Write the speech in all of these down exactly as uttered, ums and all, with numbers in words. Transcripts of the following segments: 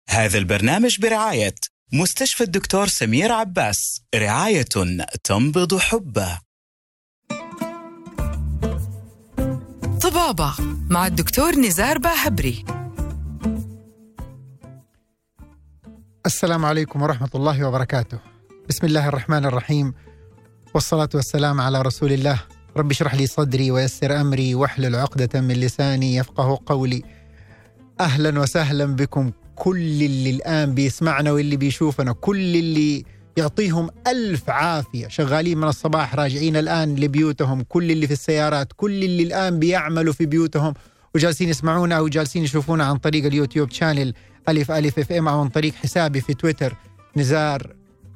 هذا البرنامج برعاية مستشفى الدكتور سمير عباس، رعاية تنبض حبه. طبابة مع الدكتور نزار باهبري. السلام عليكم ورحمة الله وبركاته. بسم الله الرحمن الرحيم، والصلاة والسلام على رسول الله. رب اشرح لي صدري ويسر أمري واحلل عقدة من لساني يفقه قولي. أهلا وسهلا بكم كل اللي الآن بيسمعنا واللي بيشوفنا، كل اللي يعطيهم ألف عافية، شغالين من الصباح راجعين الآن لبيوتهم، كل اللي في السيارات، كل اللي الآن بيعملوا في بيوتهم وجالسين يسمعونا أو جالسين يشوفونا عن طريق اليوتيوب شانل ألف ألف اف ام أو عن طريق حسابي في تويتر نزار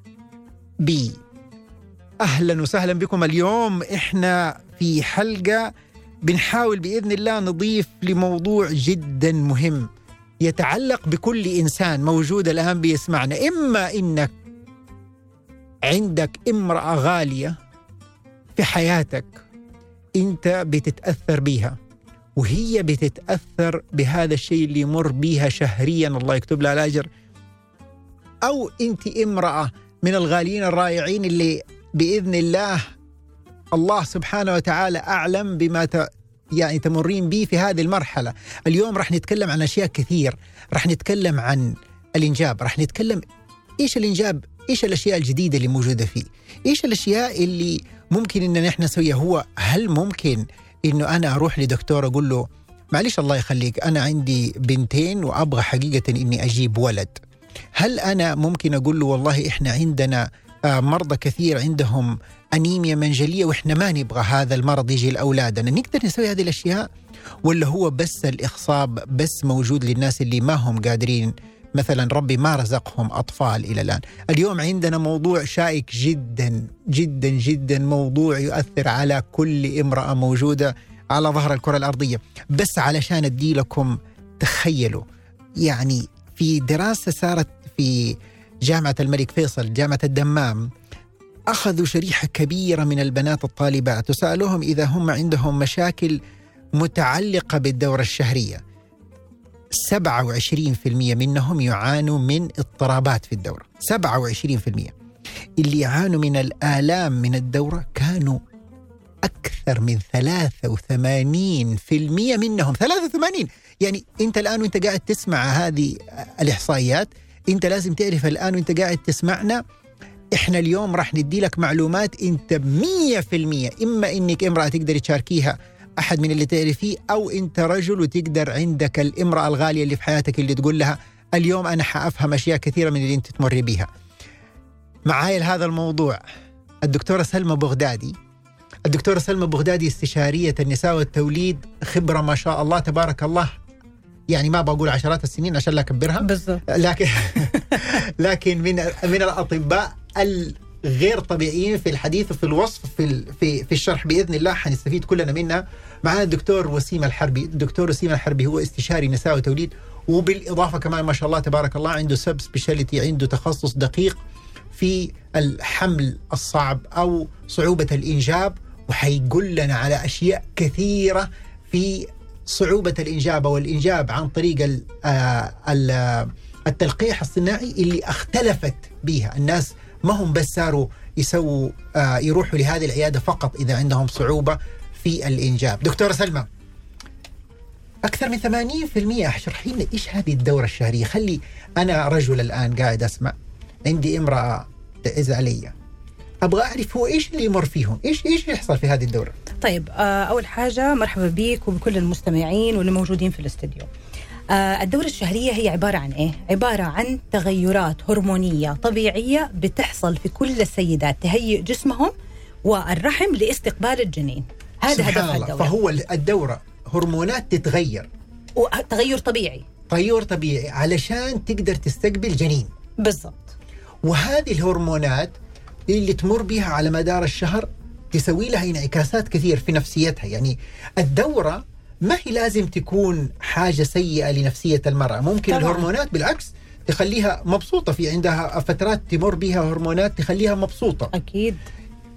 بي. أهلا وسهلا بكم. اليوم إحنا في حلقة بنحاول بإذن الله نضيف لموضوع جدا مهم يتعلق بكل إنسان موجود الآن بيسمعنا. إما إنك عندك امرأة غالية في حياتك أنت بتتأثر بيها وهي بتتأثر بهذا الشيء اللي يمر بيها شهريا، الله يكتب لها الأجر. أو أنت امرأة من الغاليين الرائعين اللي بإذن الله الله سبحانه وتعالى أعلم بما ت... يعني تمرين به في هذه المرحلة. اليوم رح نتكلم عن أشياء كثير، رح نتكلم عن الإنجاب، رح نتكلم إيش الإنجاب، إيش الأشياء الجديدة اللي موجودة فيه، إيش الأشياء اللي ممكن إن نحن نسويها. هو هل ممكن إنه أنا أروح لدكتور أقول له معلش الله يخليك أنا عندي بنتين وأبغى حقيقة إني أجيب ولد؟ هل أنا ممكن أقول له والله إحنا عندنا مرضى كثير عندهم أنيميا منجلية وإحنا ما نبغى هذا المرض يجي لأولادنا؟ نقدر نسوي هذه الأشياء؟ ولا هو بس الإخصاب بس موجود للناس اللي ما هم قادرين، مثلا ربي ما رزقهم أطفال إلى الآن؟ اليوم عندنا موضوع شائك جدا جدا جدا، موضوع يؤثر على كل امرأة موجودة على ظهر الكرة الأرضية. بس علشان أدي لكم تخيلوا، يعني في دراسة صارت في جامعة الملك فيصل جامعة الدمام، أخذوا شريحة كبيرة من البنات الطالبات وسألوهم إذا هم عندهم مشاكل متعلقة بالدورة الشهرية. سبعة وعشرين بالمئة منهم يعانوا من اضطرابات في الدورة. سبعة وعشرين بالمئة اللي يعانوا من الآلام من الدورة كانوا أكثر من ثلاثة وثمانين بالمئة منهم. ثلاثة وثمانين يعني أنت الآن وأنت قاعد تسمع هذه الإحصائيات، أنت لازم تعرف الآن وأنت قاعد تسمعنا إحنا اليوم راح ندي لك معلومات أنت مية في المية إما إنك امرأة تقدر تشاركيها أحد من اللي تعرفيه، أو أنت رجل وتقدر عندك الامرأة الغالية اللي في حياتك اللي تقول لها اليوم أنا حأفهم أشياء كثيرة من اللي أنت تمر بيها. معايا لهذا الموضوع الدكتورة سلمى بغدادي. الدكتورة سلمى بغدادي استشارية النساء والتوليد، خبرة ما شاء الله تبارك الله، يعني ما بقول عشرات السنين عشان لا أكبرها بالضبط، لكن لكن من من الأطباء الغير طبيعيين في الحديث وفي الوصف في في في الشرح. بإذن الله حنستفيد كلنا منها. معنا الدكتور وسيم الحربي. الدكتور وسيم الحربي هو استشاري نساء وتوليد، وبالإضافة كمان ما شاء الله تبارك الله عنده سب سبيشاليتي، عنده تخصص دقيق في الحمل الصعب أو صعوبة الإنجاب، وحيقول لنا على أشياء كثيرة في صعوبة الإنجاب والإنجاب عن طريق التلقيح الصناعي اللي اختلفت بها الناس. ما هم بس صاروا يسووا يروحوا لهذه العيادة فقط إذا عندهم صعوبة في الإنجاب. دكتورة سلمى، أكثر من ثمانين بالمئة اشرحي لنا إيش هذه الدورة الشهرية. خلي أنا رجل الآن قاعد أسمع، عندي امرأة تعز علي، أبغى أعرف هو إيش اللي يمر فيهم، إيش إيش يحصل في هذه الدورة. طيب، أول حاجة مرحبا بيك وبكل المستمعين واللي موجودين في الاستديو. الدورة الشهرية هي عبارة عن إيه؟ عبارة عن تغيرات هرمونية طبيعية بتحصل في كل السيدات تهيئ جسمهم والرحم لاستقبال الجنين. هذا هدف الدورة. فهو الدورة هرمونات تتغير، وتغير طبيعي تغير طبيعي علشان تقدر تستقبل جنين. بالضبط. وهذه الهرمونات اللي تمر بها على مدار الشهر تسوي لها انعكاسات كثير في نفسيتها. يعني الدورة ما هي لازم تكون حاجة سيئة لنفسية المرأة، ممكن طبعا. الهرمونات بالعكس تخليها مبسوطة. في عندها فترات تمر بها هرمونات تخليها مبسوطة. أكيد.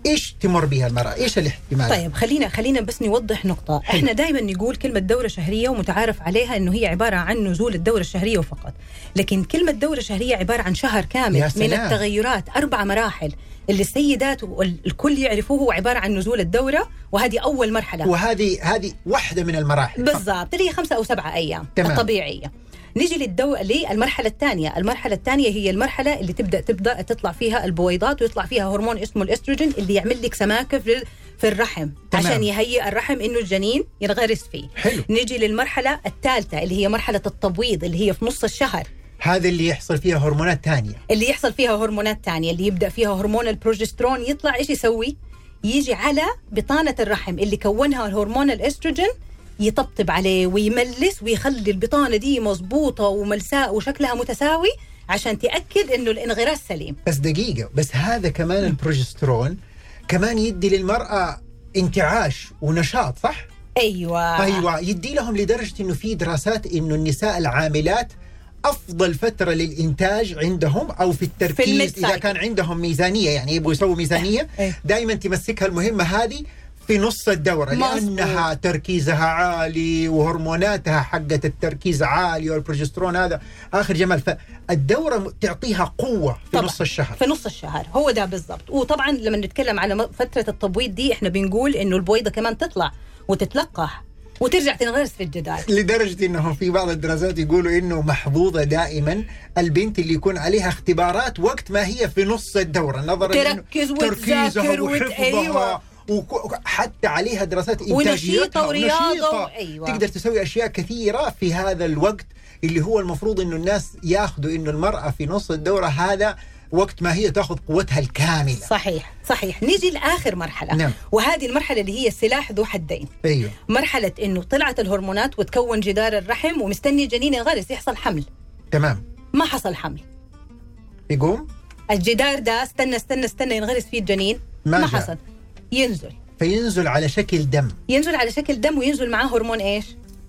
إيش تمر بها المرأة؟ إيش الاحتمال؟ طيب خلينا خلينا بس نوضح نقطة. حلو. احنا دائما نقول كلمة دورة شهرية ومتعارف عليها انه هي عبارة عن نزول الدورة الشهرية وفقط، لكن كلمة دورة شهرية عبارة عن شهر كامل من التغيرات، أربع مراحل اللي السيدات والكل يعرفوه، هو عبارة عن نزول الدورة، وهذه أول مرحلة، وهذه هذه واحدة من المراحل بالضبط اللي هي خمسة أو سبعة أيام تمام. الطبيعية. نيجي للدو... للمرحلة الثانية. المرحلة الثانية هي المرحلة اللي تبدأ تبدأ تطلع فيها البويضات ويطلع فيها هرمون اسمه الاستروجين اللي يعمل لك سماكة في في الرحم تمام. عشان يهيئ الرحم إنه الجنين ينغرس فيه. حلو. نيجي للمرحلة الثالثة اللي هي مرحلة التبويض اللي هي في نص الشهر. هذا اللي يحصل فيها هرمونات تانية اللي يحصل فيها هرمونات تانية اللي يبدأ فيها هرمون البروجسترون يطلع. إيش يسوي؟ يجي على بطانة الرحم اللي كونها الهرمون الاستروجين، يطبطب عليه ويملس ويخلي البطانة دي مضبوطة وملساء وشكلها متساوي عشان تأكد إنه الانغراس سليم. بس دقيقة، بس هذا كمان البروجسترون كمان يدي للمرأة انتعاش ونشاط، صح؟ أيوة أيوة، يدي لهم لدرجة إنه في دراسات إنه النساء العاملات أفضل فترة للإنتاج عندهم أو في التركيز في إذا كان عندهم ميزانية، يعني يبغوا يسووا ميزانية دائما تمسكها المهمة هذه في نص الدورة لأنها تركيزها عالي وهرموناتها حقة التركيز عالي والبروجسترون هذا آخر جمال. فالدورة تعطيها قوة في نص الشهر. في نص الشهر هو ده بالضبط. وطبعا لما نتكلم على فترة التبويض دي احنا بنقول إنه البويضة كمان تطلع وتتلقح وترجع تنغرس في الجدار، لدرجة إنه في بعض الدراسات يقولوا إنه محظوظة دائما البنت اللي يكون عليها اختبارات وقت ما هي في نص الدورة، نظرا تركز وتذاكر وحفظها وحتى عليها دراسات إنتاجيتها ورياضة أيوة. تقدر تسوي أشياء كثيرة في هذا الوقت اللي هو المفروض إنه الناس ياخذوا إنه المرأة في نص الدورة هذا وقت ما هي تأخذ قوتها الكاملة. صحيح صحيح. نيجي لآخر مرحلة نعم. وهذه المرحلة اللي هي السلاح ذو حدين. أيوة. مرحلة إنه طلعت الهرمونات وتكون جدار الرحم ومستني جنين ينغرس يحصل حمل. تمام. ما حصل حمل. يقوم الجدار ده استنى استنى استنى ينغرس فيه الجنين ما, ما حصل. ينزل فينزل على شكل دم. ينزل على شكل دم وينزل معاه هرمون إيش؟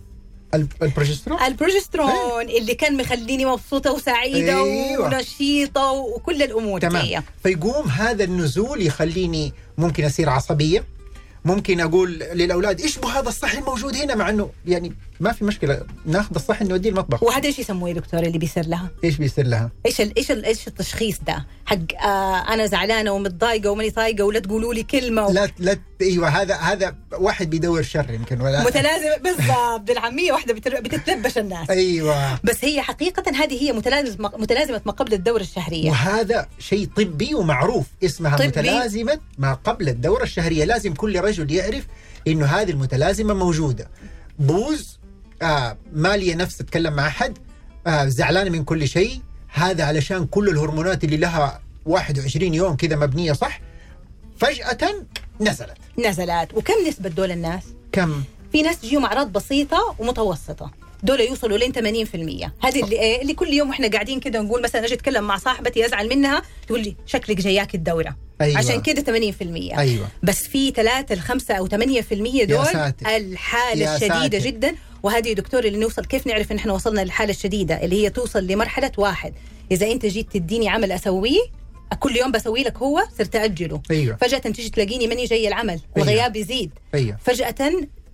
البروجسترون. البروجسترون اللي كان مخليني مبسوطة وسعيدة أيوة. ونشيطة وكل الأمور. تمام. فيقوم هذا النزول يخليني ممكن أصير عصبية، ممكن أقول للأولاد إيش بو هذا الصحن الموجود هنا، مع إنه يعني ما في مشكلة ناخذ الصحن نوديه المطبخ. وهذا إيش يسموه يا دكتور اللي بيصير لها؟ إيش بيصير لها؟ إيش ال إيش ال إيش التشخيص ده حق آه أنا زعلانة ومتضايقة وماني طايقة ولا تقولوا لي كلمة و... لا لا أيوة هذا هذا واحد بيدور شر يمكن ولا متلازمة بالضبط. بالعامية واحدة بتر... بتتلبش الناس. أيوة. بس هي حقيقة هذه هي متلازمة متلازمة ما قبل الدورة الشهرية، وهذا شيء طبي ومعروف اسمها طبي. متلازمة ما قبل الدورة الشهرية. لازم كل رجل يعرف إنه هذه المتلازمة موجودة. بوز آه مالية نفس تتكلم مع أحد آه زعلانة من كل شيء، هذا علشان كل الهرمونات اللي لها واحد وعشرين يوم كذا مبنية صح فجأة نزلت نزلت. وكم نسبة دول الناس؟ كم؟ في ناس تجيهم أعراض بسيطة ومتوسطة، دول يوصلوا لين ثمانين بالمئة. هذه اللي إيه اللي كل يوم إحنا قاعدين كده نقول مثلا أجي أتكلم مع صاحبتي أزعل منها تقول لي شكلك جاياك الدورة. أيوة. عشان كده ثمانين بالمئة. أيوة. بس في ثلاثة الخمسة أو ثمانية بالمئة دول الحالة الشديدة جدا. وهذه دكتور اللي نوصل كيف نعرف إن إحنا وصلنا للحالة الشديدة اللي هي توصل لمرحلة واحد. إذا أنت جيت تديني عمل أسويه كل يوم بسوي لك هو صرت أجله. أيوة. فجأة تيجي تلاقيني ماني جاي العمل. أيوة. الغياب يزيد. أيوة. فجأة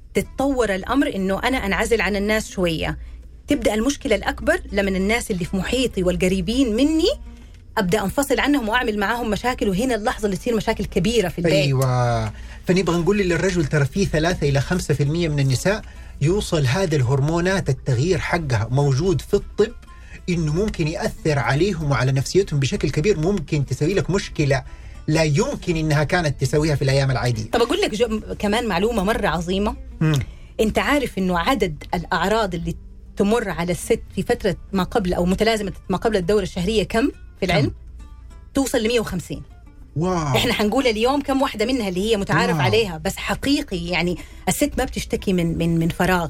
تتطور الأمر إنه أنا أنعزل عن الناس شوية. تبدأ المشكلة الأكبر لمن الناس اللي في محيطي والقريبين مني أبدأ أنفصل عنهم وأعمل معاهم مشاكل، وهنا اللحظة اللي تصير مشاكل كبيرة في البيت. أيوة. فنبغى نقول للرجل ترى في ثلاثة إلى خمسة في المية من النساء يوصل هذا الهرمونات التغيير حقها موجود في الطب إنه ممكن يأثر عليهم وعلى نفسيتهم بشكل كبير، ممكن تسوي لك مشكلة لا يمكن إنها كانت تسويها في الأيام العادية. طب أقول لك كمان معلومة مرة عظيمة. م. أنت عارف إنه عدد الأعراض اللي تمر على الست في فترة ما قبل أو متلازمة ما قبل الدورة الشهرية كم في العلم؟ كم؟ توصل ل مئة وخمسين. واو. إحنا حنقول اليوم كم واحدة منها اللي هي متعارف واو. عليها، بس حقيقي يعني الست ما بتشتكي من من من فراغ.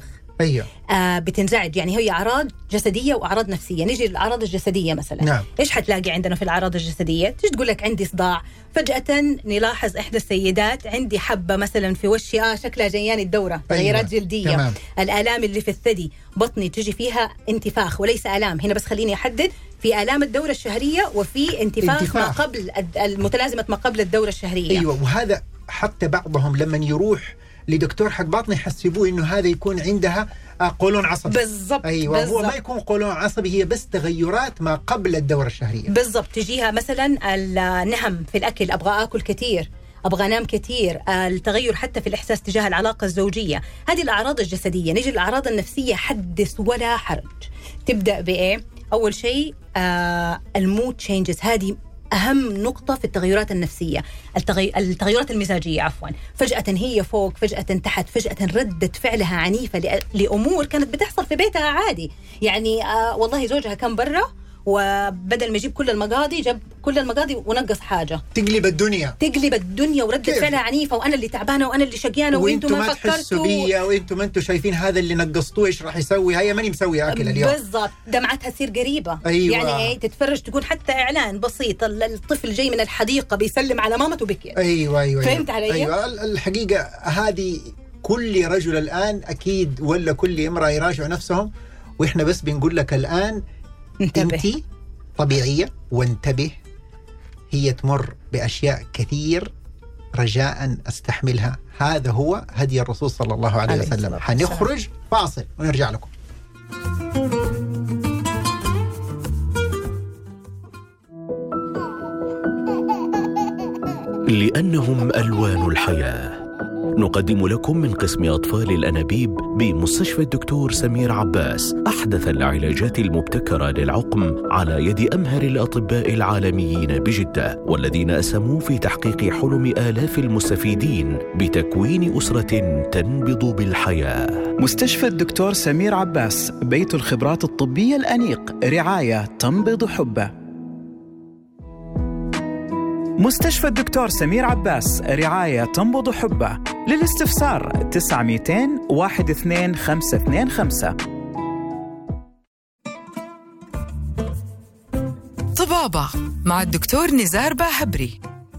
أيوه. آه بتنزعج، يعني هي أعراض جسدية وأعراض نفسية. نيجي للأعراض الجسدية مثلا. نعم. إيش حتلاقي عندنا في الأعراض الجسدية؟ تيجي تقول لك عندي صداع، فجأة نلاحظ إحدى السيدات عندي حبة مثلا في وشي، آه شكلها جياني الدورة، تغيرات أيوة. جلدية. تمام. الآلام اللي في الثدي، بطني تجي فيها انتفاخ وليس آلام. هنا بس خليني أحدد، في آلام الدورة الشهرية وفي انتفاخ, انتفاخ. ما قبل المتلازمة ما قبل الدورة الشهرية. أيوة. وهذا حتى بعضهم لما يروح لدكتور حق باطني يحسبوه إنه هذا يكون عندها قولون عصبي. بالضبط. أيوة. بالزبط. هو ما يكون قولون عصبي، هي بس تغيرات ما قبل الدورة الشهرية. بالضبط. تجيها مثلا النهم في الأكل، أبغى أكل كثير، أبغى أنام كثير، التغير حتى في الإحساس تجاه العلاقة الزوجية. هذه الأعراض الجسدية. نجي للأعراض النفسية، حدث ولا حرج. تبدأ بإيه؟ أول شيء آه المود تشينجز. هذه أهم نقطة في التغيرات النفسية. التغي... التغيرات المزاجية عفوا. فجأة هي فوق، فجأة تحت، فجأة ردة فعلها عنيفة ل... لأمور كانت بتحصل في بيتها عادي. يعني آه والله زوجها كان برا، وبدل ما يجيب كل المقاضي جاب كل المقاضي ونقص حاجة. تقلب الدنيا تقلب الدنيا وردة فعلها عنيفة، وأنا اللي تعبانة وأنا اللي شقيانة وإنتم ما فكرتوا بيا، وإنتم ما أنتم شايفين هذا اللي نقصتوه إيش راح يسوي، هي ماني مسوي أكل اليوم. بالضبط. دمعتها تصير قريبة. أيوة. يعني إيه، تتفرج تقول حتى إعلان بسيط، الطفل جاي من الحديقة بيسلم على مامته بكي. أيوة أيوة. فهمت علي؟ أيوة. الحقيقة هذه كل رجل الآن أكيد ولا كل امرأة يراجعوا نفسهم، وإحنا بس بنقول لك الآن انتبه. أنتي طبيعية وانتبه. هي تمر بأشياء كثير، رجاء استحملها. هذا هو هدي الرسول صلى الله عليه وسلم. حنخرج فاصل ونرجع لكم. لأنهم ألوان الحياة، نقدم لكم من قسم أطفال الأنابيب بمستشفى الدكتور سمير عباس أحدث العلاجات المبتكرة للعقم على يد أمهر الأطباء العالميين بجدة، والذين أسهموا في تحقيق حلم آلاف المستفيدين بتكوين أسرة تنبض بالحياة. مستشفى الدكتور سمير عباس، بيت الخبرات الطبية الأنيق، رعاية تنبض حبه. مستشفى الدكتور سمير عباس، رعاية تنبض حبه. للاستفسار تسعة مئتين واحد اثنين خمسة اثنين خمسة. طبابة مع الدكتور نزار باهبري.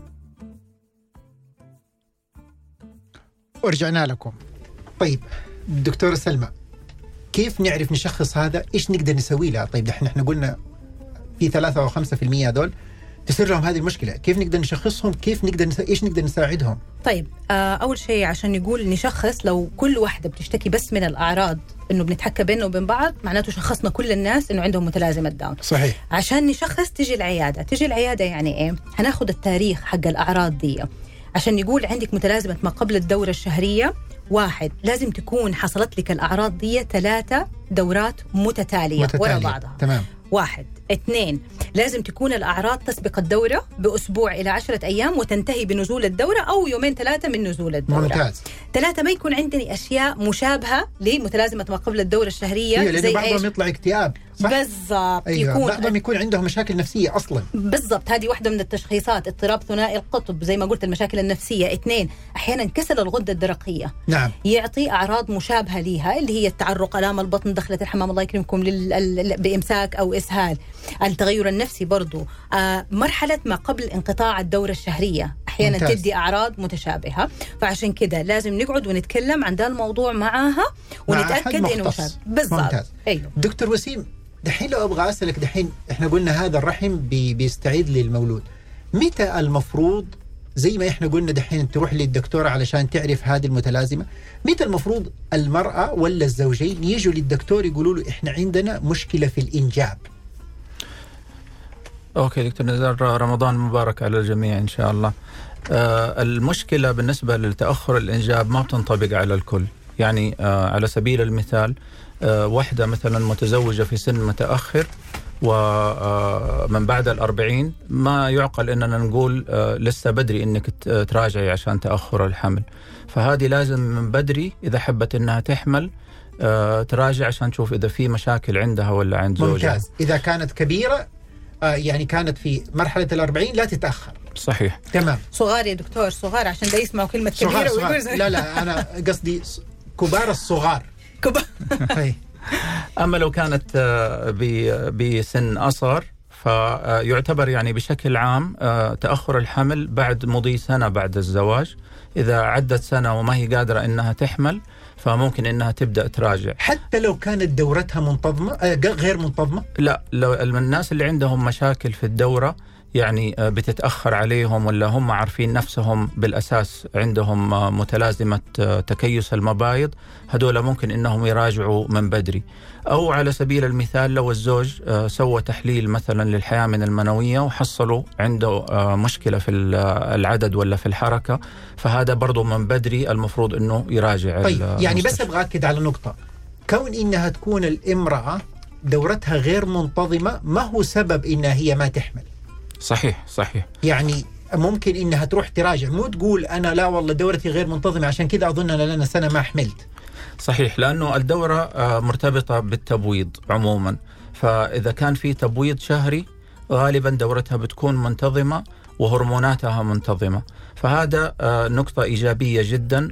ورجعنا لكم. طيب دكتورة سلمى، كيف نعرف نشخص هذا؟ إيش نقدر نسوي له؟ طيب احنا احنا قلنا في ثلاثة أو خمسة في المية دول تصير لهم هذه المشكلة، كيف نقدر نشخصهم؟ كيف نقدر نسا... إيش نقدر نساعدهم؟ طيب آه أول شيء عشان نقول نشخص، لو كل واحدة بتشتكي بس من الأعراض إنه بنتحكى بيننا وبين بعض، معناته شخصنا كل الناس إنه عندهم متلازمة داون. صحيح. عشان نشخص تجي العيادة. تجي العيادة يعني إيه؟ هناخد التاريخ حق الأعراض دي عشان نقول عندك متلازمة ما قبل الدورة الشهرية. واحد، لازم تكون حصلت لك الأعراض دي ثلاثة دورات متتالية, متتالية. ورا بعضها. تمام. واحد. اثنين، لازم تكون الأعراض تسبق الدورة بأسبوع إلى عشرة أيام وتنتهي بنزول الدورة أو يومين ثلاثة من نزول الدورة. ممتاز. ثلاثة، ما يكون عندنا أشياء مشابهة لمتلازمة ما قبل الدورة الشهرية. زي بعضهم يطلع اكتئاب. بالضبط. أيوة. يكون بعضهم يكون عندهم مشاكل نفسية أصلا. بالضبط. هذه واحدة من التشخيصات، اضطراب ثنائي القطب زي ما قلت، المشاكل النفسية. اثنين، أحيانا كسل الغدة الدرقية. نعم. يعطي أعراض مشابهة لها، اللي هي التعرق، آلام البطن، دخلة الحمام الله يكرمكم لل... بإمساك أو إسهال. التغير النفسي برضو. آه مرحلة ما قبل انقطاع الدورة الشهرية أحيانا ممتاز. تدي أعراض متشابهة، فعشان كده لازم نقعد ونتكلم عن ده الموضوع معاها ونتأكد مع إنه مشابه. بالضبط. أيوه. دكتور وسيم، دحين لو أبغى أسألك، دحين إحنا قلنا هذا الرحم بي بيستعيد للمولود، متى المفروض زي ما إحنا قلنا دحين تروح للدكتورة علشان تعرف هذه المتلازمة، متى المفروض المرأة ولا الزوجين يجوا للدكتور يقولوا له إحنا عندنا مشكلة في الإنجاب؟ أوكي دكتور نزار، رمضان مبارك على الجميع إن شاء الله. آه المشكلة بالنسبة للتأخر الإنجاب ما بتنطبق على الكل. يعني آه على سبيل المثال، آه واحدة مثلا متزوجة في سن متأخر ومن بعد الأربعين، ما يعقل إننا نقول آه لسه بدري إنك تراجعي عشان تأخر الحمل. فهذه لازم من بدري إذا حبت إنها تحمل آه تراجع عشان تشوف إذا في مشاكل عندها ولا عند زوجها. ممتاز. إذا كانت كبيرة آه يعني كانت في مرحلة الأربعين لا تتأخر. صحيح. تمام. صغار يا دكتور، صغار، عشان ده يسمعوا كلمة كبيرة ويقول لا لا أنا قصدي كبار الصغار. أما لو كانت بسن أصغر فيعتبر يعني بشكل عام تأخر الحمل بعد مضي سنة بعد الزواج. إذا عدت سنة وما هي قادرة إنها تحمل فممكن إنها تبدأ تراجع. حتى لو كانت دورتها منتظمة غير منتظمة؟ لا، لو الناس اللي عندهم مشاكل في الدورة يعني بتتأخر عليهم ولا هم عارفين نفسهم بالأساس عندهم متلازمة تكيس المبايض، هدول ممكن إنهم يراجعوا من بدري. أو على سبيل المثال لو الزوج سوى تحليل مثلا للحيامن المنوية وحصلوا عنده مشكلة في العدد ولا في الحركة، فهذا برضو من بدري المفروض إنه يراجع. طيب يعني بس أبغى أكد على نقطة، كون إنها تكون الامرأة دورتها غير منتظمة ما هو سبب إنها هي ما تحمل. صحيح صحيح. يعني ممكن إنها تروح تراجع، مو تقول أنا لا والله دورتي غير منتظمة عشان كذا أظن أنا لنا سنة ما حملت. صحيح، لأنه الدورة مرتبطة بالتبويض عموما، فإذا كان في تبويض شهري غالبا دورتها بتكون منتظمة وهرموناتها منتظمة، فهذا نقطة إيجابية جدا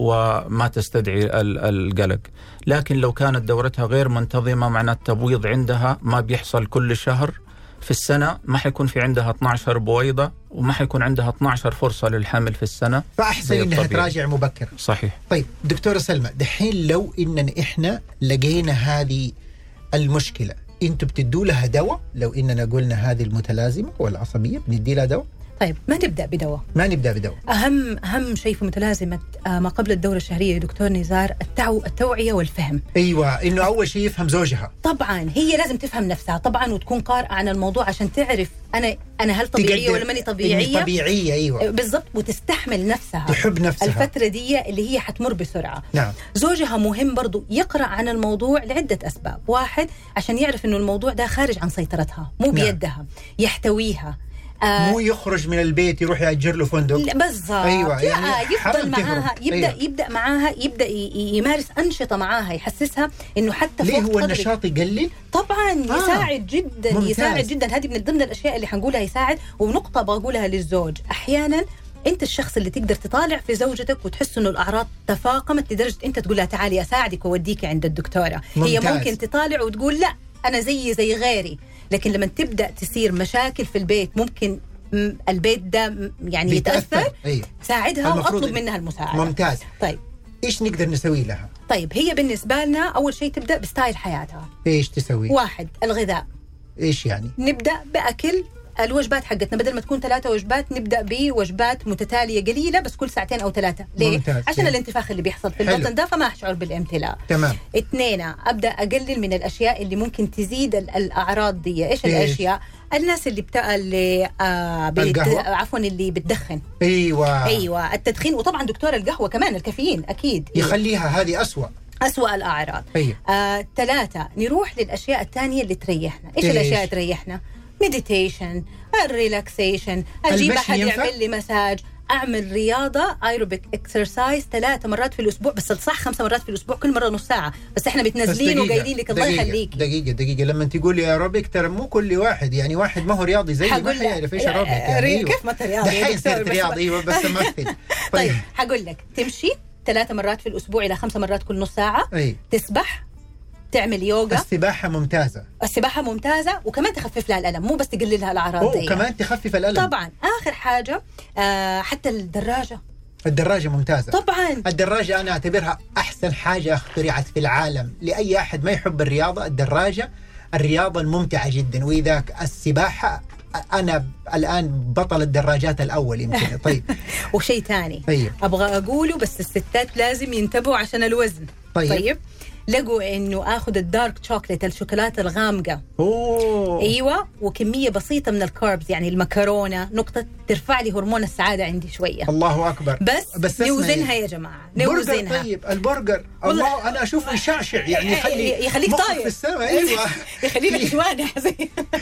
وما تستدعي القلق. لكن لو كانت دورتها غير منتظمة معناه التبويض عندها ما بيحصل كل شهر في السنة، ما حيكون في عندها اثنتي عشرة بويضة وما حيكون عندها اثنتي عشرة فرصة للحمل في السنة، فأحسن إنها تراجع مبكر. صحيح. طيب دكتورة سلمى، دحين لو إننا إحنا لقينا هذه المشكلة، أنتوا بتدوا لها دواء؟ لو إننا قلنا هذه المتلازمة والعصبية بندي لها دواء؟ طيب ما نبدأ بدواء، ما نبدأ بدواء. أهم أهم شيء في متلازمة ما قبل الدورة الشهرية يا دكتور نزار التعو التوعية والفهم. أيوة، إنه أول شيء يفهم زوجها. طبعا هي لازم تفهم نفسها طبعا وتكون قارئة عن الموضوع عشان تعرف أنا أنا هل طبيعية ولا ماني طبيعية. طبيعية أيوة بالضبط، وتستحمل نفسها، تحب نفسها الفترة دي اللي هي حتمر بسرعة. نعم. زوجها مهم برضو يقرأ عن الموضوع لعدة أسباب. واحد، عشان يعرف إنه الموضوع ده خارج عن سيطرتها، مو بيدها. نعم. يحتويها، آه مو يخرج من البيت يروح يأجر له فندق. بالضبط. أيوة يعني يفضل معاها، يبدأ أيوة. يبدأ معاها يبدأ يمارس أنشطة معاها، يحسسها إنه حتى ليه هو النشاط يقلل؟ طبعا آه. يساعد جدا. ممتاز. يساعد جدا، هذه من ضمن الأشياء اللي حنقولها يساعد. ونقطة بقولها للزوج، أحيانا أنت الشخص اللي تقدر تطالع في زوجتك وتحس إنه الأعراض تفاقمت لدرجة أنت تقول لها تعالي أساعدك ووديك عند الدكتورة. ممتاز. هي ممكن تطالع وتقول لا أنا زي زي غيري، لكن لما تبدأ تصير مشاكل في البيت ممكن البيت ده يعني يتأثر. أيه. ساعدها واطلب منها المساعدة. ممتاز. طيب إيش نقدر نسوي لها؟ طيب هي بالنسبة لنا أول شيء تبدأ بستايل حياتها. إيش تسوي؟ واحد، الغذاء. إيش يعني؟ نبدأ بأكل الوجبات حقتنا، بدل ما تكون ثلاثة وجبات نبدأ بوجبات متتالية قليلة بس كل ساعتين أو ثلاثة. ليه؟ ممتاز. عشان إيه؟ الانتفاخ اللي بيحصل في البطن ده فما أشعر بالامتلاء. تمام. اثنين، أبدأ أقلل من الأشياء اللي ممكن تزيد الأعراض دي. إيش الأشياء؟ الناس اللي بتاع اللي آه بيت... عفوا اللي بتدخن. ايوه ايوه التدخين، وطبعا دكتور القهوه كمان الكافيين اكيد يخليها هذه أسوأ أسوأ الأعراض. أيوه. آه، ثلاثة، نروح للأشياء الثانية اللي تريحنا. إيش, إيش الأشياء تريحنا؟ مديتيشن، الريلاكسيشن، أجيب أحد يعمل لي مساج، أعمل رياضة ايروبيك اكسرسايز ثلاثة مرات في الأسبوع، بس الصح خمسة مرات في الأسبوع كل مرة نص ساعة، بس إحنا متنزلين وقايلين لك الله يخليك. دقيقة دقيقة لما تقولي ايروبيك ترى مو كل واحد، يعني واحد ما هو رياضي زي ما يعرف ايش ايروبيك يعني. كيف ما رياضي؟ دحين صرت رياضي ايوه بس مثل. طيب حقول لك تمشي ثلاثة مرات في الأسبوع إلى خمسة مرات كل نص ساعة. أي. تسبح، تعمل يوغا. السباحة ممتازة. السباحة ممتازة، وكمان تخفف لها الألم، مو بس تقلل لها الأعراض دي. وكمان تخفف الألم. طبعا. آخر حاجة آه حتى الدراجة. الدراجة ممتازة. طبعا. الدراجة أنا أعتبرها أحسن حاجة اخترعت في العالم لأي أحد ما يحب الرياضة. الدراجة الرياضة الممتعة جدا، وإذا السباحة أنا الآن بطل الدراجات الأول يمكن. طيب. وشيء ثاني طيب. أبغى أقوله بس الستات لازم ينتبهوا عشان الوزن. طيب, طيب. لقوا إنه آخذ الدارك شوكليت الشوكولاتة الغامقة. أوه. أيوة، وكمية بسيطة من الكاربز يعني المكرونة نقطة ترفع لي هرمون السعادة عندي شوية. الله أكبر. بس, بس نوزنها يا جماعة، نوزنها. طيب البرجر الله أنا أشوفه يشعشع يعني يخلي يخليك طاير في السماء. أيوة. يخليك توانح زي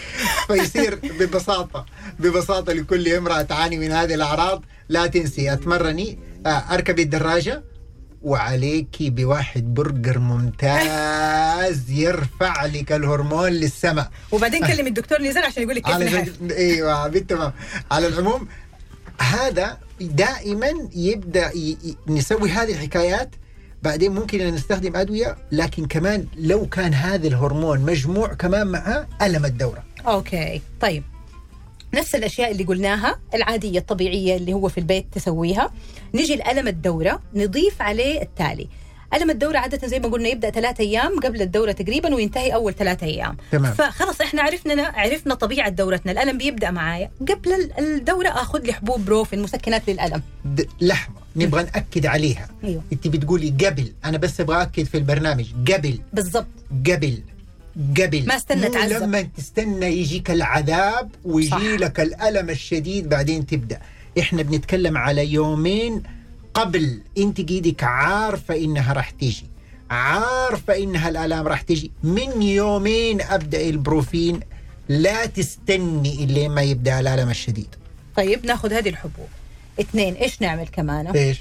فيصير ببساطة ببساطة لكل امرأة تعاني من هذه الأعراض لا تنسي أتمرني، أركبي الدراجة وعليكي بواحد برجر ممتاز يرفع لك الهرمون للسماء. وبعدين كلم الدكتور نزار عشان يقول لك كيف نحف. ايوه بالتمام. على العموم هذا دائما يبدا ي... نسوي هذه الحكايات بعدين ممكن نستخدم أدوية، لكن كمان لو كان هذا الهرمون مجموع كمان مع ألم الدورة. أوكي طيب، نفس الأشياء اللي قلناها العادية الطبيعية اللي هو في البيت تسويها. نجي لألم الدورة نضيف عليه التالي. ألم الدورة عادة زي ما قلنا يبدأ ثلاثة أيام قبل الدورة تقريبا وينتهي أول ثلاثة أيام. تمام. فخلص إحنا عرفنا عرفنا طبيعة دورتنا. الألم بيبدأ معايا قبل الدورة، أخذ لي حبوب بروفين مسكنات للألم. لحظة نبغى نأكد عليها. أيوه. أنت بتقولي قبل، أنا بس أبغى أكد في البرنامج قبل. بالضبط. قبل قبل ما استنى تعذب. لما تستنى يجيك العذاب ويجي لك الألم الشديد بعدين تبدأ. إحنا بنتكلم على يومين قبل، انت قيدك عارفة انها راح تيجي، عارفة انها الالام راح تيجي، من يومين ابدأ البروفين، لا تستني اللي ما يبدأ الالم الشديد. طيب ناخذ هذه الحبوب. اثنين، ايش نعمل كمان؟ ايش؟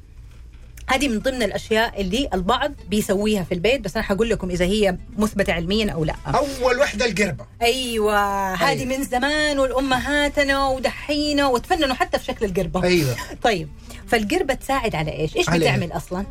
هذه من ضمن الاشياء اللي البعض بيسويها في البيت، بس انا حقول لكم اذا هي مثبته علميا او لا. اول وحده القربه. ايوه هذه من زمان والامهاتنا ودحينا وتفننوا حتى في شكل القربه. ايوه. طيب فالقربه تساعد على ايش؟ ايش بتعمل اصلا؟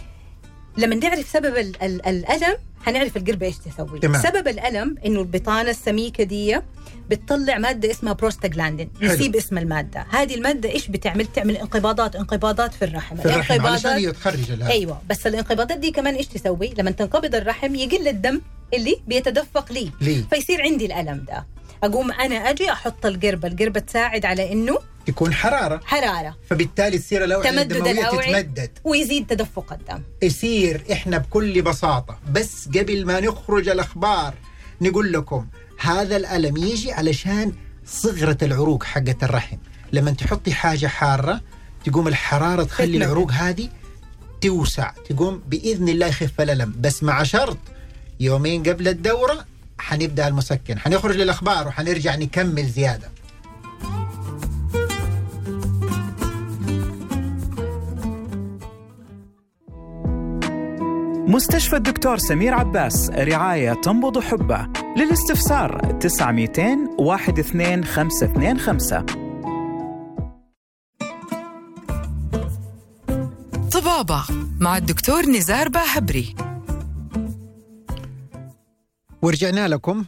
لما نعرف سبب ال ال الالم حنعرف القربة ايش تسوي. تمام. سبب الالم انه البطانه السميكه دي بتطلع ماده اسمها بروستاجلاندين، نسيب اسم الماده. هذه الماده ايش بتعمل؟ تعمل انقباضات انقباضات في الرحم. في الرحم علشان يتخرج الهواء. ايوه، بس الانقباضات دي كمان ايش تسوي؟ لما تنقبض الرحم يقل الدم اللي بيتدفق لي, لي. فيصير عندي الالم ده. اقوم انا اجي احط القربة، القربة تساعد على انه تكون حراره حراره فبالتالي تصير الاوعيه الدمويه تتمدد ويزيد تدفق الدم. يصير احنا بكل بساطه بس قبل ما نخرج الاخبار نقول لكم هذا الالم يجي علشان صغره العروق حقت الرحم. لما تحطي حاجه حاره تقوم الحراره تخلي العروق هذه توسع، تقوم باذن الله يخف الالم، بس مع شرط يومين قبل الدوره حنبدا المسكن. حنخرج للاخبار وحنرجع نكمل زياده. مستشفى الدكتور سمير عباس، رعاية تنبض حبة. للاستفسار تسعة مئتين واحد اثنين خمسة اثنين خمسة. طبابة مع الدكتور نزار باهبري. ورجعنا لكم.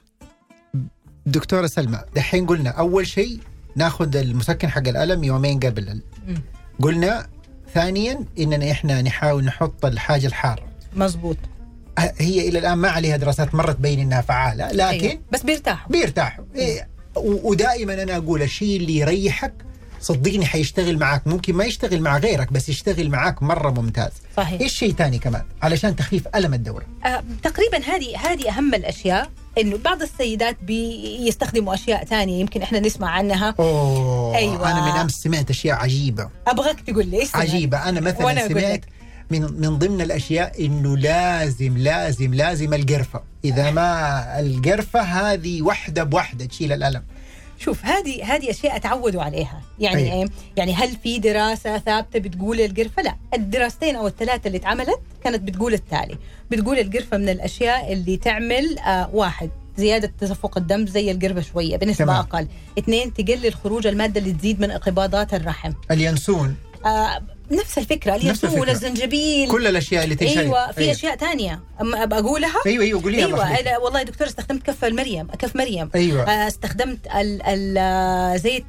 دكتورة سلمى، دحين قلنا أول شيء ناخذ المسكن حق الألم يومين قبل. قلنا ثانيا إننا إحنا نحاول نحط الحاجة الحارة. مزبوط. هي إلى الآن ما عليها دراسات مرة تبين إنها فعالة، لكن أيوة. بس بيرتاحوا بيرتاحوا إيه. ودائما أنا أقول الشيء اللي يريحك صدقني حيشتغل معك، ممكن ما يشتغل مع غيرك بس يشتغل معك مرة ممتاز. صحيح. إيش شيء تاني كمان علشان تخفيف ألم الدورة؟ آه تقريبا هذه هذه أهم الأشياء. إنه بعض السيدات بيستخدموا أشياء تانية يمكن إحنا نسمع عنها. أوه. أيوة. أنا من أمس سمعت أشياء عجيبة. أبغاك تقول لي إيش عجيبة. أنا مثلا سمعت من من ضمن الأشياء إنه لازم لازم لازم القرفة. إذا ما القرفة هذه وحدة بوحدة تشيل الألم. شوف هذه هذه أشياء تعودوا عليها. يعني أيه. إيه؟ يعني هل في دراسة ثابتة بتقول القرفة؟ لا، الدراستين أو الثلاثة اللي اتعملت كانت بتقول التالي. بتقول القرفة من الأشياء اللي تعمل آه واحد زيادة تدفق الدم زي القرفة شوية بنسبة تمام. أقل. اثنين تقلل خروج المادة اللي تزيد من انقباضات الرحم. اليانسون آه نفس الفكرة. اليانسون، الزنجبيل، كل الأشياء اللي تنشري. أيوة. في أيوة. أشياء تانية أبقى أقولها. أيوة أيوة قوليها. أيوة أنا والله دكتور استخدمت كف المريم كف مريم. أيوة. آه استخدمت ال ال زيت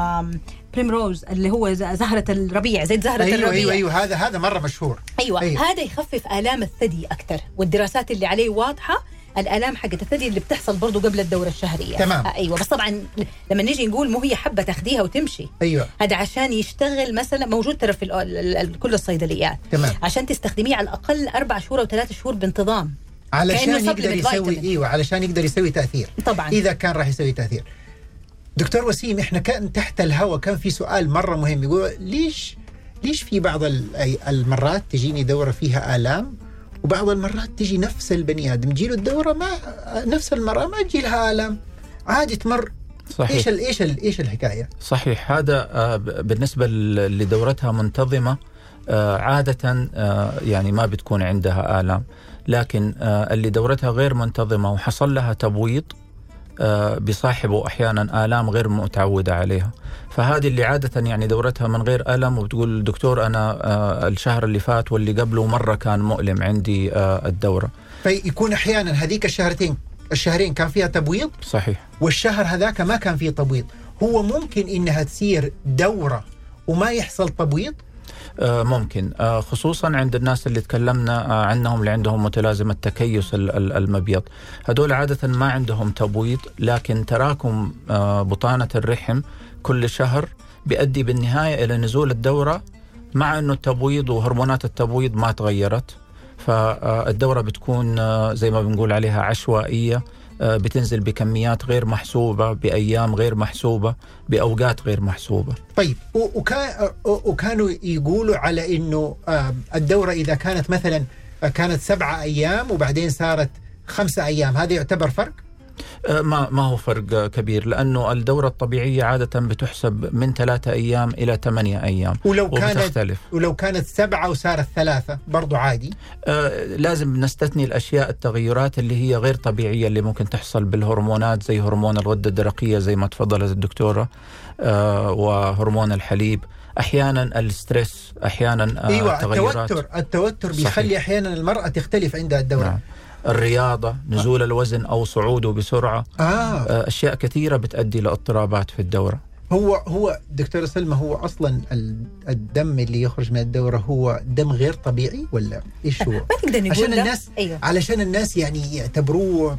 بريمروز اللي هو زهرة الربيع، زيت زهرة أيوة الربيع. أيوة أيوة هذا هذا مرة مشهور. أيوة. أيوة هذا يخفف آلام الثدي أكتر، والدراسات اللي عليه واضحة. الآلام حقت الثدي اللي بتحصل برضو قبل الدورة الشهرية. تمام. آه أيوة. بس طبعا لما نيجي نقول مو هي حبة تاخديها وتمشي. أيوة. هذا عشان يشتغل مثلا موجود ترى في ال ال كل الصيدليات. تمام. عشان تستخدميه على الأقل أربع شهور أو ثلاث شهور بانتظام علشان يقدر يسوي. أيوة علشان يقدر يسوي تأثير. طبعا إذا كان راح يسوي تأثير. دكتور وسيم، إحنا كان تحت الهواء كان في سؤال مرة مهم يقول ليش ليش في بعض المرات تجيني دورة فيها آلام وبعض المرات تجي نفس البني آدم تجيله الدورة ما نفس المرأة ما تجي لها آلام عادي تمر. صحيح. إيش ال إيش ال إيش الحكاية؟ صحيح. هذا آه بالنسبة لدورتها منتظمة آه عادة آه يعني ما بتكون عندها آلام، لكن آه اللي دورتها غير منتظمة وحصل لها تبويض بيصاحبوا أحيانا آلام غير متعودة عليها. فهذه اللي عادة يعني دورتها من غير ألم، وبتقول دكتور أنا الشهر اللي فات واللي قبله مرة كان مؤلم عندي الدورة. فيكون أحيانا هذيك الشهرتين الشهرين كان فيها تبويض، صحيح، والشهر هذاك ما كان فيه تبويض. هو ممكن إنها تصير دورة وما يحصل تبويض؟ آه ممكن، آه خصوصا عند الناس اللي تكلمنا آه عنهم اللي عندهم متلازمة تكيس المبيض. هدول عادة ما عندهم تبويض، لكن تراكم آه بطانة الرحم كل شهر بيؤدي بالنهاية إلى نزول الدورة، مع أنه التبويض وهرمونات التبويض ما تغيرت. فالدورة بتكون آه زي ما بنقول عليها عشوائية، بتنزل بكميات غير محسوبة، بأيام غير محسوبة، بأوقات غير محسوبة. طيب وكان وكانوا يقولوا على إنه الدورة إذا كانت مثلا كانت سبعة أيام وبعدين صارت خمسة أيام، هذا يعتبر فرق؟ ما ما هو فرق كبير، لأنه الدورة الطبيعية عادة بتحسب من ثلاثة أيام إلى ثمانية أيام، ولو كانت ولو كانت سبعة وصارت ثلاثة برضو عادي. آه لازم نستثني الأشياء التغيرات اللي هي غير طبيعية اللي ممكن تحصل بالهرمونات، زي هرمون الغدة الدرقية زي ما تفضلت الدكتورة، آه وهرمون الحليب، أحيانا الستريس، أحيانا آه أيوة تغيرات. التوتر التوتر بيخلي أحيانا المرأة تختلف عندها الدورة. نعم. الرياضة، نزول الوزن أو صعوده بسرعة، آه. أشياء كثيرة بتؤدي لاضطرابات في الدورة. هو هو دكتورة سلمى، هو أصلا الدم اللي يخرج من الدورة هو دم غير طبيعي ولا إيش هو؟ ما نقدر نقول عشان الناس أيوه. علشان الناس يعني يعتبروه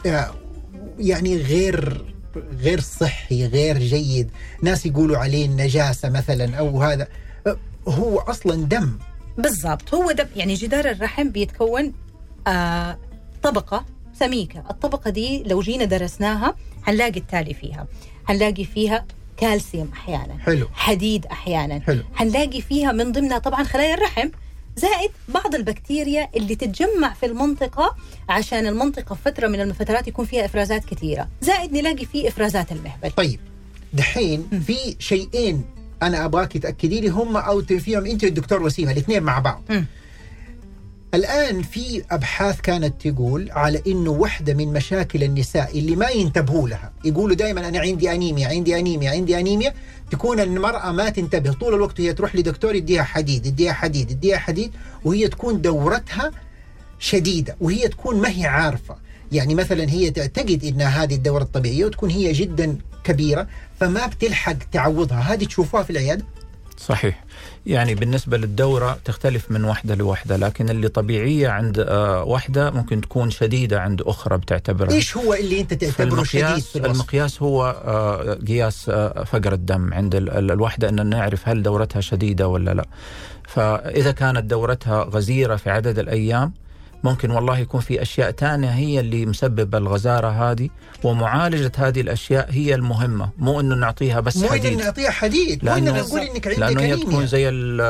يعني غير غير صحي، غير جيد. ناس يقولوا عليه النجاسة مثلا أو هذا، هو أصلا دم. بالضبط، هو دم. يعني جدار الرحم بيتكون آه طبقة سميكة. الطبقة دي لو جينا درسناها هنلاقي التالي فيها، هنلاقي فيها كالسيوم أحيانا، حلو. حديد أحيانا، حلو. هنلاقي فيها من ضمنها طبعا خلايا الرحم، زائد بعض البكتيريا اللي تتجمع في المنطقة، عشان المنطقة فترة من الفترات يكون فيها إفرازات كثيرة، زائد نلاقي فيه إفرازات المهبل. طيب دحين في شيئين أنا أبغاك تأكدي لي هم أو فيهم أنت والدكتور وسيمة الاثنين مع بعض. م. الآن في أبحاث كانت تقول على إنه واحدة من مشاكل النساء اللي ما ينتبهوا لها، يقولوا دائما أنا عندي أنيميا عندي أنيميا عندي أنيميا، تكون المرأة ما تنتبه طول الوقت، هي تروح لدكتور يديها حديد يديها حديد يديها حديد، وهي تكون دورتها شديدة وهي تكون ما هي عارفة. يعني مثلا هي تعتقد إنها هذه الدورة الطبيعية وتكون هي جدا كبيرة، فما بتلحق تعوضها. هذه تشوفوها في العيادة؟ صحيح. يعني بالنسبة للدورة تختلف من واحدة لواحدة، لكن اللي طبيعية عند آه واحدة ممكن تكون شديدة عند أخرى بتعتبرها. إيش هو اللي أنت تعتبره شديد في الوصف؟ المقياس هو آه قياس آه فقر الدم عند ال ال الواحدة، أن نعرف هل دورتها شديدة ولا لا. فإذا كانت دورتها غزيرة في عدد الأيام، ممكن والله يكون في أشياء تانية هي اللي مسببة الغزارة هذه، ومعالجة هذه الأشياء هي المهمة، مو إنه نعطيها بس مو حديد. مو إنه نعطيها حديد، مو إنه نقول إنك عندك لأنه أنيميا. هي تكون زي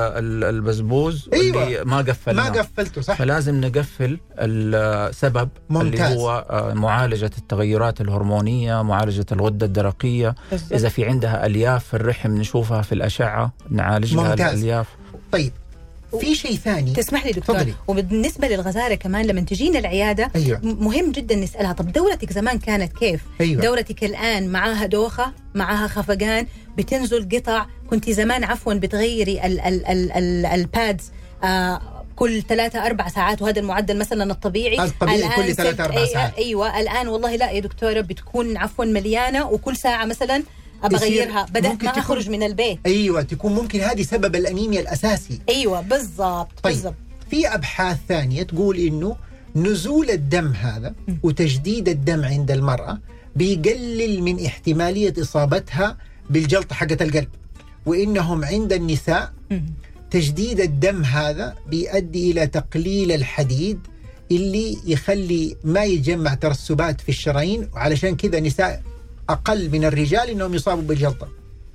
البزبوز. أيوة. اللي ما قفلناه، ما قفلته صح. فلازم نقفل السبب. ممتاز. اللي هو معالجة التغيرات الهرمونية، معالجة الغدة الدرقية. بالزبط. إذا في عندها ألياف في الرحم نشوفها في الأشعة، نعالج لها الألياف. طيب في شيء ثاني تسمح لي دكتور؟ فضلي. وبالنسبة للغزارة كمان لما تجينا العيادة، أيوة. مهم جدا نسألها طب دورتك زمان كانت كيف؟ أيوة. دورتك الآن معاها دوخة، معاها خفقان، بتنزل قطع، كنت زمان عفوا بتغيري ال ال ال ال البادز آه كل ثلاثة أربع ساعات، وهذا المعدل مثلا الطبيعي. الطبيعي كل ثلاثة أربع ساعات. أيوة الآن والله لا يا دكتورة، بتكون عفوا مليانة وكل ساعة مثلا أبغيرها، بدأت ما أخرج من البيت. أيوة تكون ممكن هذه سبب الأنيميا الأساسي. أيوة بالضبط. طيب بالزبط. في أبحاث ثانية تقول إنه نزول الدم هذا وتجديد الدم عند المرأة بيقلل من احتمالية إصابتها بالجلطة حقة القلب، وإنهم عند النساء تجديد الدم هذا بيؤدي إلى تقليل الحديد اللي يخلي ما يتجمع ترسبات في الشرايين، وعلشان كذا نساء أقل من الرجال إنهم يصابوا بالجلطة.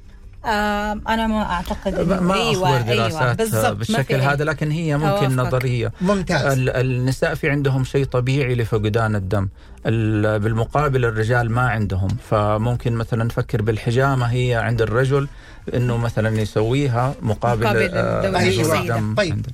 آه أنا ما أعتقد ما أصور دراسات أيوة بالشكل هذا، لكن هي ممكن توافق. نظرية. ممتاز. النساء في عندهم شيء طبيعي لفقدان الدم، بالمقابل الرجال ما عندهم. فممكن مثلا نفكر بالحجامة هي عند الرجل إنه مثلا يسويها مقابل, مقابل آه الدم. طيب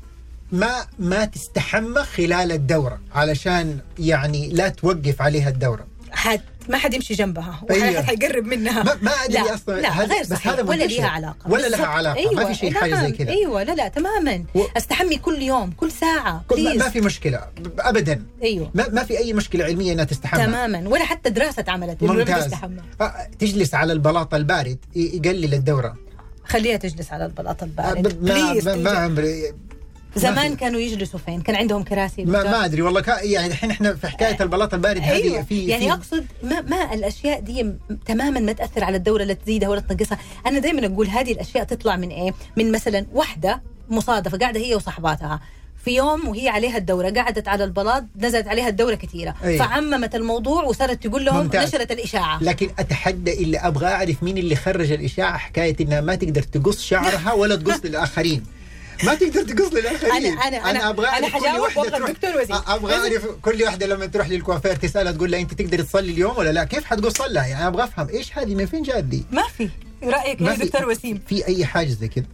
ما ما تستحمى خلال الدورة علشان يعني لا توقف عليها الدورة. حت ما حد يمشي جنبها أيوة. ولا حد حيقرب منها. ما, ما أدري لا أصلا. لا غير صحيح ولا ليها علاقة ولا لها علاقة. أيوة. ما في شيء نعم. حاجة زي كذا. أيوة لا لا تماما و... استحمي كل يوم كل ساعة ما, ما في مشكلة أبدا. أيوة. ما, ما في أي مشكلة علمية أنها تستحمى تماما ولا حتى دراسة عملت. ممتاز. تجلس على البلاط البارد يقلل الدورة. خليها تجلس على البلاط البارد. ما, ما عمري. زمان كانوا يجلسوا فين؟ كان عندهم كراسي؟ ما, ما أدري والله. كا يعني الحين إحنا في حكاية البلاط البارد هذه. أيوة. في يعني في أقصد ما, ما الأشياء دي تماما ما تأثر على الدورة، لا تزيدها ولا تنقصها. أنا دائما أقول هذه الأشياء تطلع من إيه؟ من مثلا وحدة مصادفة قاعدة هي وصحباتها في يوم وهي عليها الدورة، قعدت على البلاط نزلت عليها الدورة كثيرة. أيوة. فعممت الموضوع وصارت تقول لهم ممتاز. نشرت الإشاعة. لكن أتحدى اللي أبغى أعرف مين اللي خرج الإشاعة حكاية إنها ما تقدر تقص شعرها ولا تقص للآخرين. ما تقدر تقص للآخرين. أنا أنا أنا أبغى أنا حجاوب وأبغى الدكتور وزير. أبغى أعرف كل واحدة لما تروح للكوافير تسألها تقول لها أنت تقدر تصلي اليوم ولا لا؟ كيف حتقص لها؟ يعني أبغى أفهم إيش هذه من فين جات دي؟ ما في. رأيك يا دكتور وسيم؟ في أي حاجة زي كده؟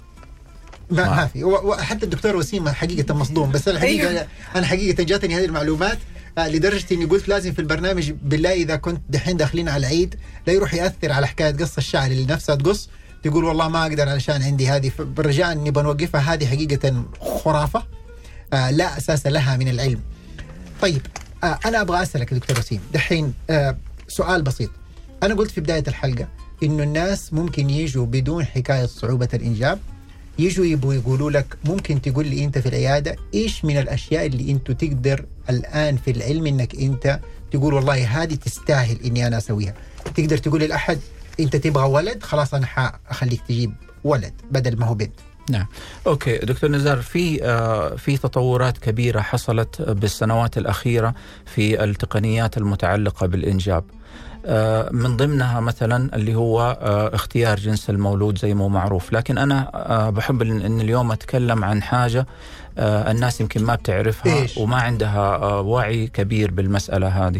ما, ما في. وحتى الدكتور وسيم حقيقة مصدوم. بس الحقيقة أيوه. أنا حقيقة جاتني هذه المعلومات لدرجة إني قلت لازم في البرنامج بالله إذا كنت دحين داخلين على العيد لا يروح يأثر على حكاية قص الشعر اللي نفسها تقص تقول والله ما أقدر علشان عندي هذه. برجاء إني بنوقفها. هذه حقيقة خرافة آه لا أساس لها من العلم. طيب آه أنا أبغى أسألك دكتور وسيم دحين آه سؤال بسيط. أنا قلت في بداية الحلقة إنه الناس ممكن يجوا بدون حكاية صعوبة الإنجاب، يجوا يبغوا يقولوا لك ممكن تقول لي أنت في العيادة إيش من الأشياء اللي أنتوا تقدر الآن في العلم إنك أنت تقول والله هذه تستاهل إني أنا أسويها. تقدر تقول للأحد أنت تبغى ولد خلاص أنا حخليك تجيب ولد بدل ما هو بنت. نعم. أوكي دكتور نزار، في آه في تطورات كبيرة حصلت بالسنوات الأخيرة في التقنيات المتعلقة بالإنجاب. آه من ضمنها مثلا اللي هو آه اختيار جنس المولود زي ما معروف. لكن أنا آه بحب أن اليوم أتكلم عن حاجة آه الناس يمكن ما بتعرفها إيش؟ وما عندها آه وعي كبير بالمسألة هذه.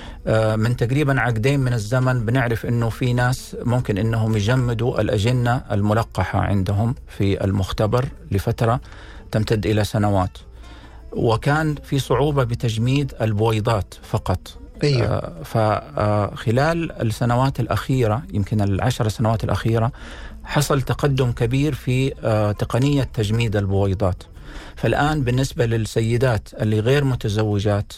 من تقريبا عقدين من الزمن بنعرف انه في ناس ممكن انهم يجمدوا الأجنة الملقحة عندهم في المختبر لفترة تمتد الى سنوات، وكان في صعوبة بتجميد البويضات فقط. أيوة. فخلال السنوات الأخيرة يمكن العشر سنوات الأخيرة حصل تقدم كبير في تقنية تجميد البويضات. فالآن بالنسبة للسيدات اللي غير متزوجات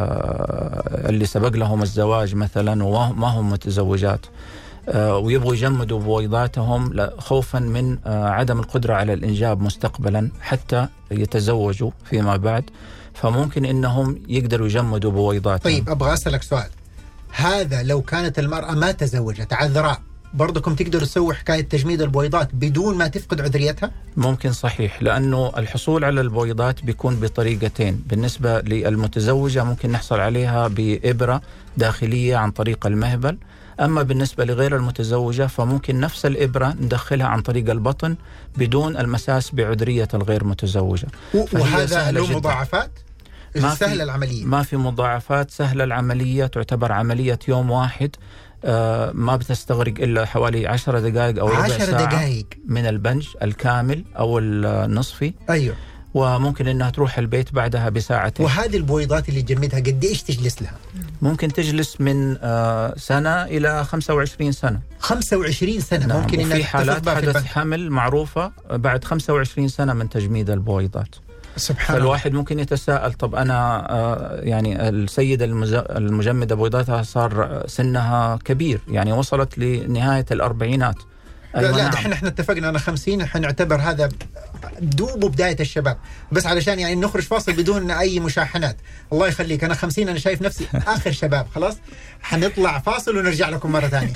آه اللي سبق لهم الزواج مثلا وما هم متزوجات آه ويبغوا يجمدوا بويضاتهم خوفا من آه عدم القدرة على الإنجاب مستقبلا حتى يتزوجوا فيما بعد، فممكن إنهم يقدروا يجمدوا بويضاتهم. طيب أبغى أسألك سؤال. هذا لو كانت المرأة ما تزوجت عذراء برضكم تقدروا تسووا حكاية تجميد البويضات بدون ما تفقد عذريتها؟ ممكن صحيح، لأنه الحصول على البويضات بيكون بطريقتين. بالنسبة للمتزوجة ممكن نحصل عليها بإبرة داخلية عن طريق المهبل، أما بالنسبة لغير المتزوجة فممكن نفس الإبرة ندخلها عن طريق البطن بدون المساس بعذرية الغير متزوجة. وهذا له مضاعفات؟ ما سهلة العملية؟ ما في مضاعفات، سهلة العملية، تعتبر عملية يوم واحد. آه ما بتستغرق إلا حوالي عشر دقائق أو ربع ساعة دقائق من البنج الكامل أو النصفي. أيوه. وممكن إنها تروح البيت بعدها بساعتين. وهذه البويضات اللي تجمدها قد إيش تجلس لها؟ ممكن تجلس من آه سنة إلى خمسة وعشرين سنة. خمسة وعشرين سنة. نعم. ممكن إنها في حالات حدث حمل معروفة بعد خمسة وعشرين سنة من تجميد البويضات. سبحان الله. فالواحد ممكن يتساءل طب أنا آه يعني السيدة المجمدة بويضاتها صار سنها كبير، يعني وصلت لنهاية الأربعينات. لا لا دحين احنا اتفقنا أنا خمسين، حنعتبر هذا دوب بداية الشباب، بس علشان يعني نخرج فاصل بدون أي مشاحنات. الله يخليك أنا خمسين أنا شايف نفسي آخر شباب. خلاص حنطلع فاصل ونرجع لكم مرة ثانية.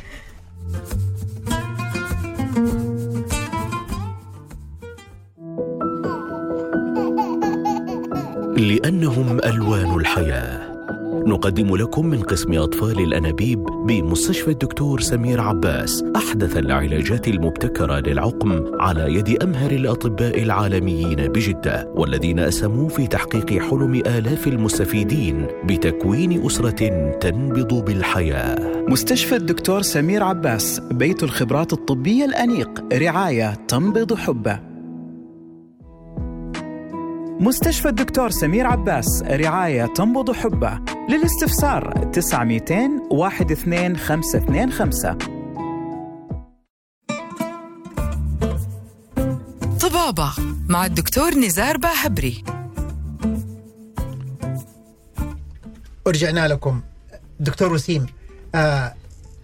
لأنهم ألوان الحياة، نقدم لكم من قسم أطفال الأنابيب بمستشفى الدكتور سمير عباس أحدث العلاجات المبتكرة للعقم على يد أمهر الأطباء العالميين بجدة، والذين أسهموا في تحقيق حلم آلاف المستفيدين بتكوين أسرة تنبض بالحياة. مستشفى الدكتور سمير عباس، بيت الخبرات الطبية الأنيق، رعاية تنبض حبه. مستشفى الدكتور سمير عباس، رعاية تنبض حبه. للاستفسار تسعة مئتين واحد اثنين خمسة اثنين خمسة. طبابة مع الدكتور نزار باهبري. ورجعنا لكم. دكتور وسيم، آه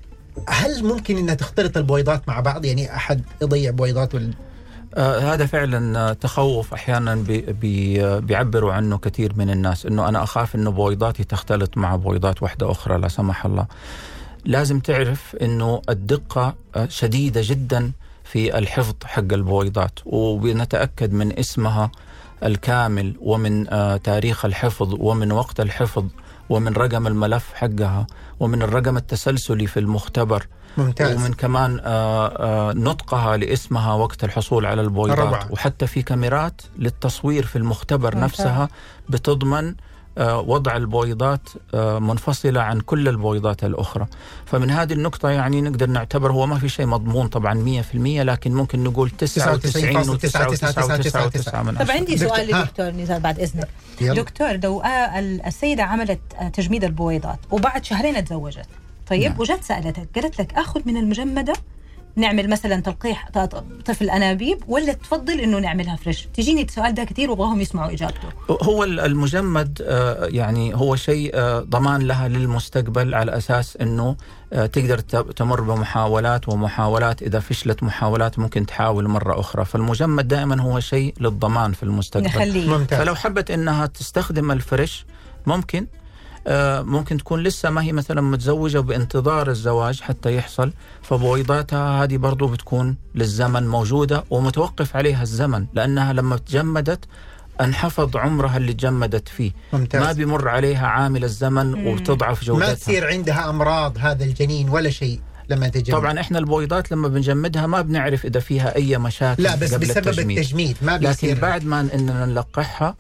هل ممكن أنها تختلط البويضات مع بعض؟ يعني أحد يضيع بويضات وال... آه هذا فعلا تخوف أحيانا بي بي بيعبروا عنه كثير من الناس، أنه أنا أخاف أنه بويضاتي تختلط مع بويضات واحدة أخرى لا سمح الله. لازم تعرف أنه الدقة شديدة جدا في الحفظ حق البويضات، وبنتأكد من اسمها الكامل ومن آه تاريخ الحفظ ومن وقت الحفظ ومن رقم الملف حقها ومن الرقم التسلسلي في المختبر. ممتاز. ومن كمان آه آه نطقها لاسمها وقت الحصول على البويضات. ربع. وحتى في كاميرات للتصوير في المختبر ممتاز. نفسها بتضمن آه وضع البويضات آه منفصلة عن كل البويضات الأخرى. فمن هذه النقطة يعني نقدر نعتبر، هو ما في شيء مضمون طبعا مية في المية، لكن ممكن نقول تسعة وتسعين وتسعة وتسعة وتسعة من عشرة. طب عندي سؤال لدكتور نزار بعد إذنك. دكتور، لو السيدة عملت تجميد البويضات وبعد شهرين تزوجت، طيب نعم. وجت سألتك قالت لك أخذ من المجمدة نعمل مثلا تلقيح طفل أنابيب، ولا تفضل إنه نعملها فريش؟ تجيني السؤال ده كتير وابغاهم يسمعوا إجابته. هو المجمد يعني هو شيء ضمان لها للمستقبل، على أساس إنه تقدر تمر بمحاولات ومحاولات، إذا فشلت محاولات ممكن تحاول مرة أخرى. فالمجمد دائما هو شيء للضمان في المستقبل. فلو حبت إنها تستخدم الفريش ممكن ممكن تكون لسه ما هي مثلا متزوجة بانتظار الزواج حتى يحصل، فبويضاتها هذه برضو بتكون للزمن موجودة ومتوقف عليها الزمن، لأنها لما تجمدت انحفظ عمرها اللي تجمدت فيه. ممتاز. ما بيمر عليها عامل الزمن مم. وبتضعف جودتها، ما تصير عندها أمراض هذا الجنين ولا شيء لما تجمد. طبعا احنا البويضات لما بنجمدها ما بنعرف إذا فيها أي مشاكل، لا بس قبل بسبب التجميد, التجميد ما بيصير. لكن بعد ما إننا نلقحها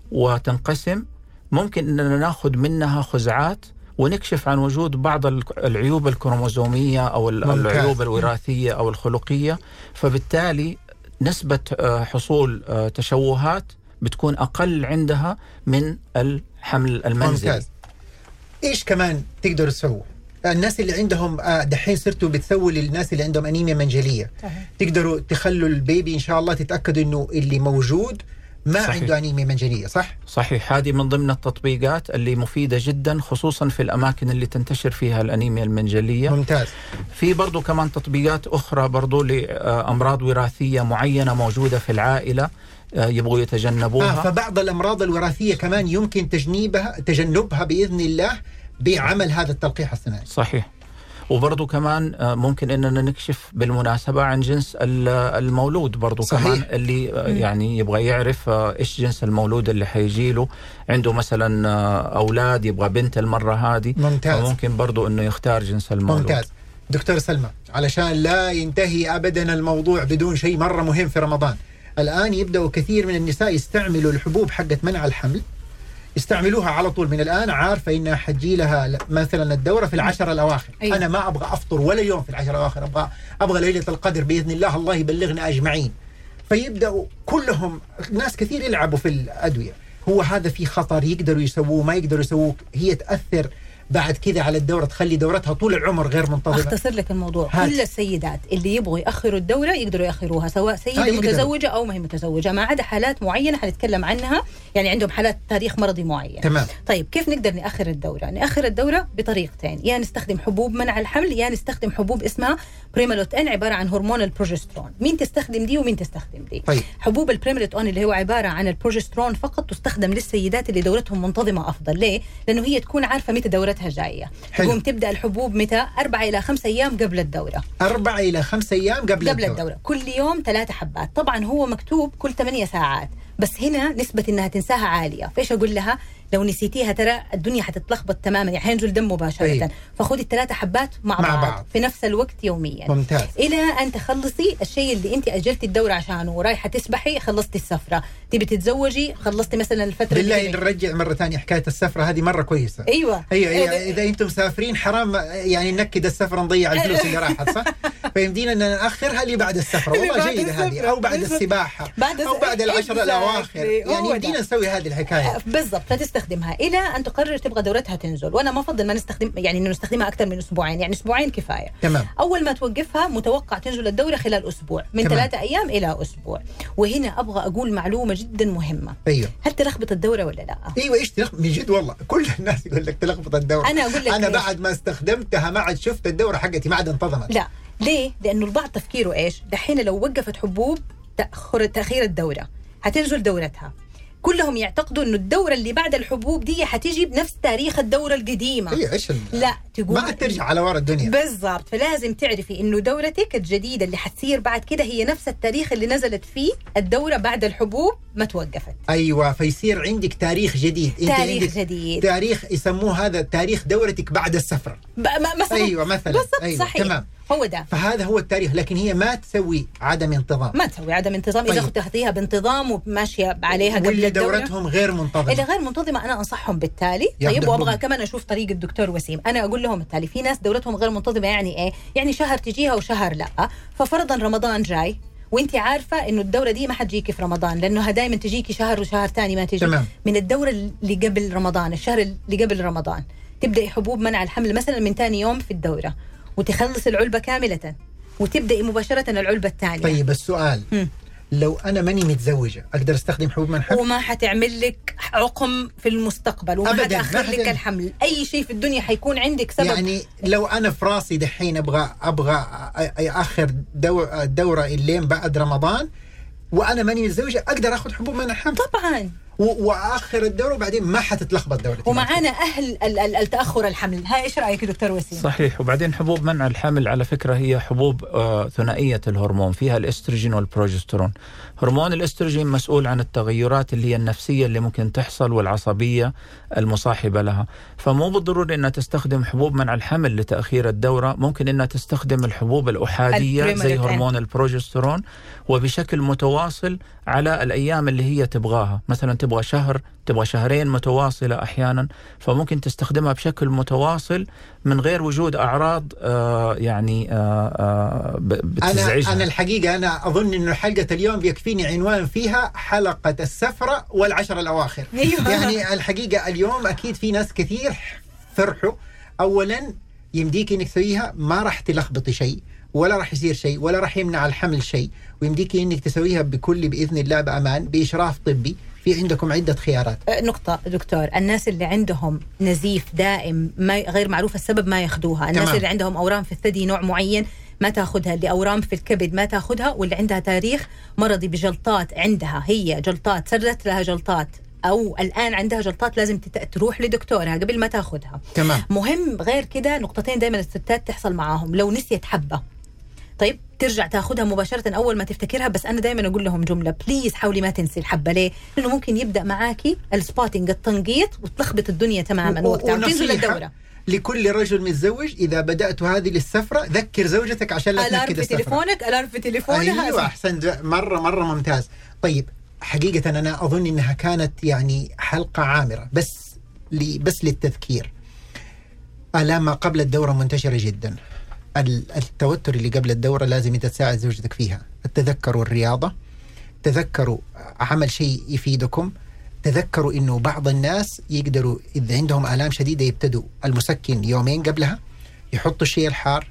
وتنقسم ممكن إننا ناخذ منها خزعات ونكشف عن وجود بعض العيوب الكروموزومية أو العيوب الوراثية أو الخلقية، فبالتالي نسبة حصول تشوهات بتكون أقل عندها من الحمل المنزلي. ممتاز. إيش كمان تقدروا تسووا؟ الناس اللي عندهم دحين صرتوا بتسووا للناس اللي عندهم أنيميا منجلية، تقدروا تخلوا البيبي إن شاء الله تتأكدوا إنه اللي موجود ما صحيح. عنده أنيميا منجلية، صح؟ صحيح. هذه من ضمن التطبيقات اللي مفيدة جدا، خصوصا في الأماكن اللي تنتشر فيها الأنيميا المنجلية. ممتاز. في برضو كمان تطبيقات أخرى برضو لأمراض وراثية معينة موجودة في العائلة يبغوا يتجنبوها. آه فبعض الأمراض الوراثية كمان يمكن تجنيبها تجنبها بإذن الله بعمل هذا التلقيح الصناعي. صحيح. وبرضو كمان ممكن إننا نكشف بالمناسبة عن جنس المولود برضو. صحيح. كمان اللي يعني يبغى يعرف إيش جنس المولود اللي حيجيله، عنده مثلا أولاد يبغى بنت المرة هذه. ممتاز. ممكن برضو إنه يختار جنس المولود. ممتاز. دكتور سلمى، علشان لا ينتهي أبدا الموضوع بدون شيء مرة مهم في رمضان، الآن يبدأوا كثير من النساء يستعملوا الحبوب حقت منع الحمل، يستعملوها على طول من الآن، عارفة إنها حتجي لها مثلا الدورة في العشر الأواخر. أيوة. أنا ما أبغى أفطر ولا يوم في العشر الأواخر، أبغى أبغى ليلة القدر بإذن الله، الله يبلغنا أجمعين. فيبدأوا كلهم ناس كثير يلعبوا في الأدوية. هو هذا في خطر، يقدروا يسووه ما يقدروا يسووه، هي تأثر بعد كذا على الدورة، تخلي دورتها طول العمر غير منتظمة. أختصر لك الموضوع، هات. كل السيدات اللي يبغوا يأخروا الدورة يقدروا يأخروها، سواء سيدة متزوجة أو ما هي متزوجة، ما عدا حالات معينة حنتكلم عنها، يعني عندهم حالات تاريخ مرضي معين. تمام. طيب كيف نقدر نأخر الدورة؟ نأخر الدورة بطريقتين، يا نستخدم حبوب منع الحمل، يا نستخدم حبوب اسمها بريمالوتين عبارة عن هرمون البروجسترون. مين تستخدم دي ومين تستخدم دي؟ طيب. حبوب البريمالوتين اللي هو عبارة عن البروجسترون فقط تستخدم للسيدات اللي دورتهم منتظمة أفضل. ليه؟ لأنه هي تكون عارفة متى دورتها جاية. تقوم تبدأ الحبوب متى؟ أربعة إلى خمسة أيام قبل الدورة. أربعة إلى خمسة أيام قبل, قبل الدورة. الدورة. كل يوم ثلاثة حبات. طبعا هو مكتوب كل ثمانية ساعات، بس هنا نسبة إنها تنساها عالية. فإيش أقول لها؟ لو نسيتيها ترى الدنيا حتتلخبط تماما، يعني حينزل دم مباشرة. أيه. فخذي الثلاثة حبات مع, مع بعض. بعض في نفس الوقت يوميا. ممتاز. إلى أن تخلصي الشيء اللي أنت أجلتي الدورة عشانه، ورايحة تسبحي خلصتي السفرة، تبي تتزوجي خلصتي مثلا الفترة. بالله نرجع مرة ثانية حكاية السفرة هذه مرة كويسة. أيوة. أيوة. أيوة. إذا أنتم مسافرين حرام يعني نكد السفرة نضيع الفلوس اللي راحت، صح؟ فيمدينا أن نأخرها لي بعد السفرة. والله جيدة هذه، أو بعد السباحة بعد أو بعد العشر الأواخر، يعني يمدينا نسوي هذه الحكاية بالضبط. فتستخدمها إلى أن تقرر تبغى دورتها تنزل. وأنا ما أفضل ما نستخدم يعني إنه نستخدمها أكثر من أسبوعين، يعني أسبوعين كفاية. تمام. أول ما توقفها متوقع تنزل الدورة خلال أسبوع، من ثلاثة أيام إلى أسبوع. وهنا أبغى أقول معلومة جدا مهمة. أيوه. هل تلخبط الدورة ولا لا؟ أيوه إيش تلخبط من جد والله، كل الناس يقول لك تلخبط الدورة. أنا أقول لك أنا ليش؟ بعد ما استخدمتها ما عاد شفت الدورة حقتي، ما عاد انتظمت. لا ليه؟ لأنه البعض تفكيره إيش؟ دحين لو وقفت حبوب تأخر تأخير الدورة هتنزل دورتها. كلهم يعتقدوا إنه الدورة اللي بعد الحبوب دي حتيجي بنفس تاريخ الدورة القديمة. إيه إيش لا تقول ما ترجع على ورا الدنيا. بالضبط. فلازم تعرفي إنه دورتك الجديدة اللي حتصير بعد كده هي نفس التاريخ اللي نزلت فيه الدورة بعد الحبوب ما توقفت. أيوة، فيصير عندك تاريخ جديد. تاريخ أنت جديد. تاريخ يسموه هذا تاريخ دورتك بعد السفرة مثلا. أيوة مثلا. بالضبط. أيوة. صحيح. تمام. هو ده. فهذا هو التاريخ، لكن هي ما تسوي عدم انتظام. ما تسوي عدم انتظام. طيب. إذا كنت تاخذيها بانتظام وماشية عليها قبل واللي الدورة دورتهم غير منتظمة، اللي غير منتظمة أنا أنصحهم بالتالي. طيب وأبغى كمان أشوف طريقة الدكتور وسيم. أنا أقول لهم التالي، في ناس دورتهم غير منتظمة. يعني إيه؟ يعني شهر تجيها وشهر لا. ففرضا رمضان جاي وانت عارفة إنه الدورة دي ما حتجيكي في رمضان، لأنه دائما تجيكي شهر وشهر تاني ما تجي. تمام. من الدورة اللي قبل رمضان، الشهر اللي قبل رمضان تبدأي حبوب منع الحمل مثلا من تاني يوم في الدورة، وتخلص العلبة كاملة وتبدأي مباشرة العلبة الثانية. طيب السؤال، م. لو أنا ماني متزوجة أقدر أستخدم حبوب منع الحمل؟ وما حتعمل لك عقم في المستقبل، وما حتأخر لك الحمل. أي شيء في الدنيا حيكون عندك سبب. يعني لو أنا في راسي دحين أبغى أبغى أأخر دور الدورة اللين بعد رمضان وأنا ماني متزوجة، أقدر أخذ حبوب منع الحمل؟ طبعاً. واخر الدوره وبعدين ما حتتلخبط دورتي. ومعانا اهل التاخر الحمل. هاي ايش رايك دكتور وسيم؟ صحيح. وبعدين حبوب منع الحمل على فكره هي حبوب آه ثنائيه الهرمون، فيها الاستروجين والبروجسترون. هرمون الاستروجين مسؤول عن التغيرات اللي هي النفسيه اللي ممكن تحصل والعصبيه المصاحبه لها. فمو بالضروري انها تستخدم حبوب منع الحمل لتاخير الدوره، ممكن انها تستخدم الحبوب الاحاديه زي هرمون البروجسترون وبشكل متواصل على الايام اللي هي تبغاها. مثلا تبغى شهر، تبغى شهرين متواصلة أحيانا، فممكن تستخدمها بشكل متواصل من غير وجود أعراض آه يعني آه آه بتزعجها. أنا, أنا الحقيقة أنا أظن إنه حلقة اليوم بيكفيني عنوان فيها حلقة السفرة والعشر الأواخر. يعني الحقيقة اليوم أكيد في ناس كثير فرحوا. أولا يمديك إنك تسويها ما راح تلخبطي شيء ولا راح يصير شيء ولا راح يمنع الحمل شيء، ويمديك إنك تسويها بكل بإذن الله بأمان بإشراف طبي. في عندكم عدة خيارات. نقطة دكتور، الناس اللي عندهم نزيف دائم ما غير معروف السبب ما ياخدوها. الناس تمام. اللي عندهم أورام في الثدي نوع معين ما تاخدها، اللي أورام في الكبد ما تاخدها، واللي عندها تاريخ مرضي بجلطات، عندها هي جلطات صارت لها جلطات أو الآن عندها جلطات لازم تروح لدكتورها قبل ما تاخدها. تمام. مهم غير كده نقطتين دائما الستات تحصل معاهم، لو نسيت حبة طيب ترجع تاخدها مباشرة أول ما تفتكرها. بس أنا دايما أقول لهم جملة، بليز حاولي ما تنسي الحبة. ليه؟ لأنه ممكن يبدأ معاكي السبوتينج التنقيط وتلخبط الدنيا تماما وقتها وتنزل الدورة. لكل رجل متزوج إذا بدأت هذه للسفرة ذكر زوجتك عشان لا تنكد السفرة. ألارم في تليفونك، ألارم في تليفونها. أيوة أحسن، مرة مرة ممتاز. طيب حقيقة أنا أظن إنها كانت يعني حلقة عامرة، بس لي بس للتذكير. آلام ما قبل الدورة منتشرة جدا. التوتر اللي قبل الدورة لازم أنت تساعد زوجتك فيها. تذكروا الرياضة، تذكروا عمل شيء يفيدكم، تذكروا إنه بعض الناس يقدروا إذا عندهم آلام شديدة يبتدوا المسكن يومين قبلها، يحطوا الشيء الحار،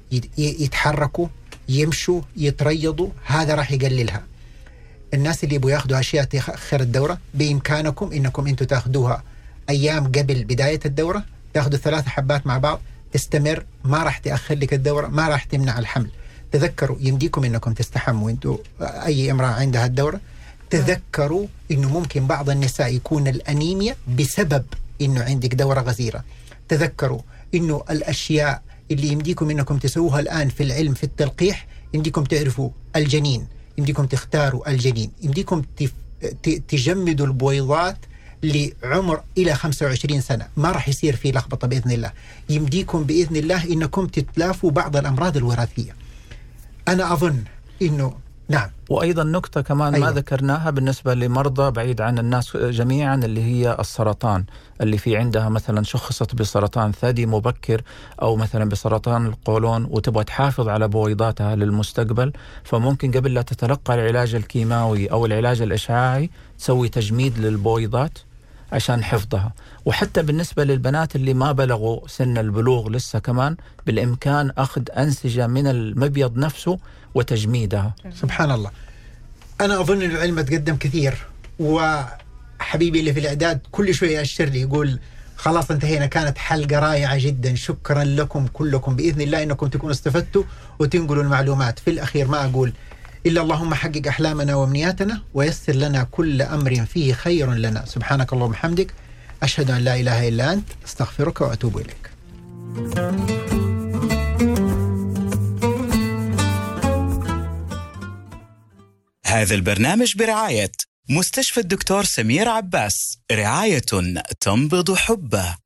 يتحركوا، يمشوا، يتريضوا، هذا راح يقللها. الناس اللي يبغوا ياخذوا أشياء تأخر الدورة بإمكانكم إنكم أنتوا تأخذوها أيام قبل بداية الدورة، تأخذوا ثلاث حبات مع بعض تستمر، ما راح تأخر لك الدورة، ما راح تمنع الحمل. تذكروا يمديكم إنكم تستحموا أنتوا أي امرأة عندها الدورة. تذكروا إنه ممكن بعض النساء يكون الأنيميا بسبب إنه عندك دورة غزيرة. تذكروا إنه الأشياء اللي يمديكم إنكم تسووها الآن في العلم في التلقيح، يمديكم تعرفوا الجنين، يمديكم تختاروا الجنين، يمديكم تجمدوا البويضات لعمر إلى خمسة وعشرين سنة، ما راح يصير فيه لخبطة بإذن الله. يمديكم بإذن الله إنكم تتلافوا بعض الأمراض الوراثية. أنا أظن إنه نعم. وأيضا نقطة كمان أيوة. ما ذكرناها بالنسبة لمرضى بعيد عن الناس جميعا، اللي هي السرطان، اللي في عندها مثلا شخصت بسرطان ثدي مبكر أو مثلا بسرطان القولون وتبغى تحافظ على بويضاتها للمستقبل، فممكن قبل لا تتلقى العلاج الكيماوي أو العلاج الإشعاعي تسوي تجميد للبويضات عشان حفظها. وحتى بالنسبة للبنات اللي ما بلغوا سن البلوغ لسه كمان بالإمكان أخذ أنسجة من المبيض نفسه وتجميدها. سبحان الله. أنا أظن أن العلم تقدم كثير، وحبيبي اللي في الإعداد كل شوية يأشر لي يقول خلاص انتهينا، كانت حلقة رائعة جدا، شكرا لكم كلكم، بإذن الله أنكم تكونوا استفدتوا وتنقلوا المعلومات. في الأخير ما أقول إلا اللهم حقق أحلامنا وأمنياتنا ويسر لنا كل أمر فيه خير لنا. سبحانك اللهم وبحمدك، أشهد أن لا إله إلا أنت، أستغفرك وأتوب إليك. هذا البرنامج برعاية مستشفى الدكتور سمير عباس، رعاية تنبض حبه.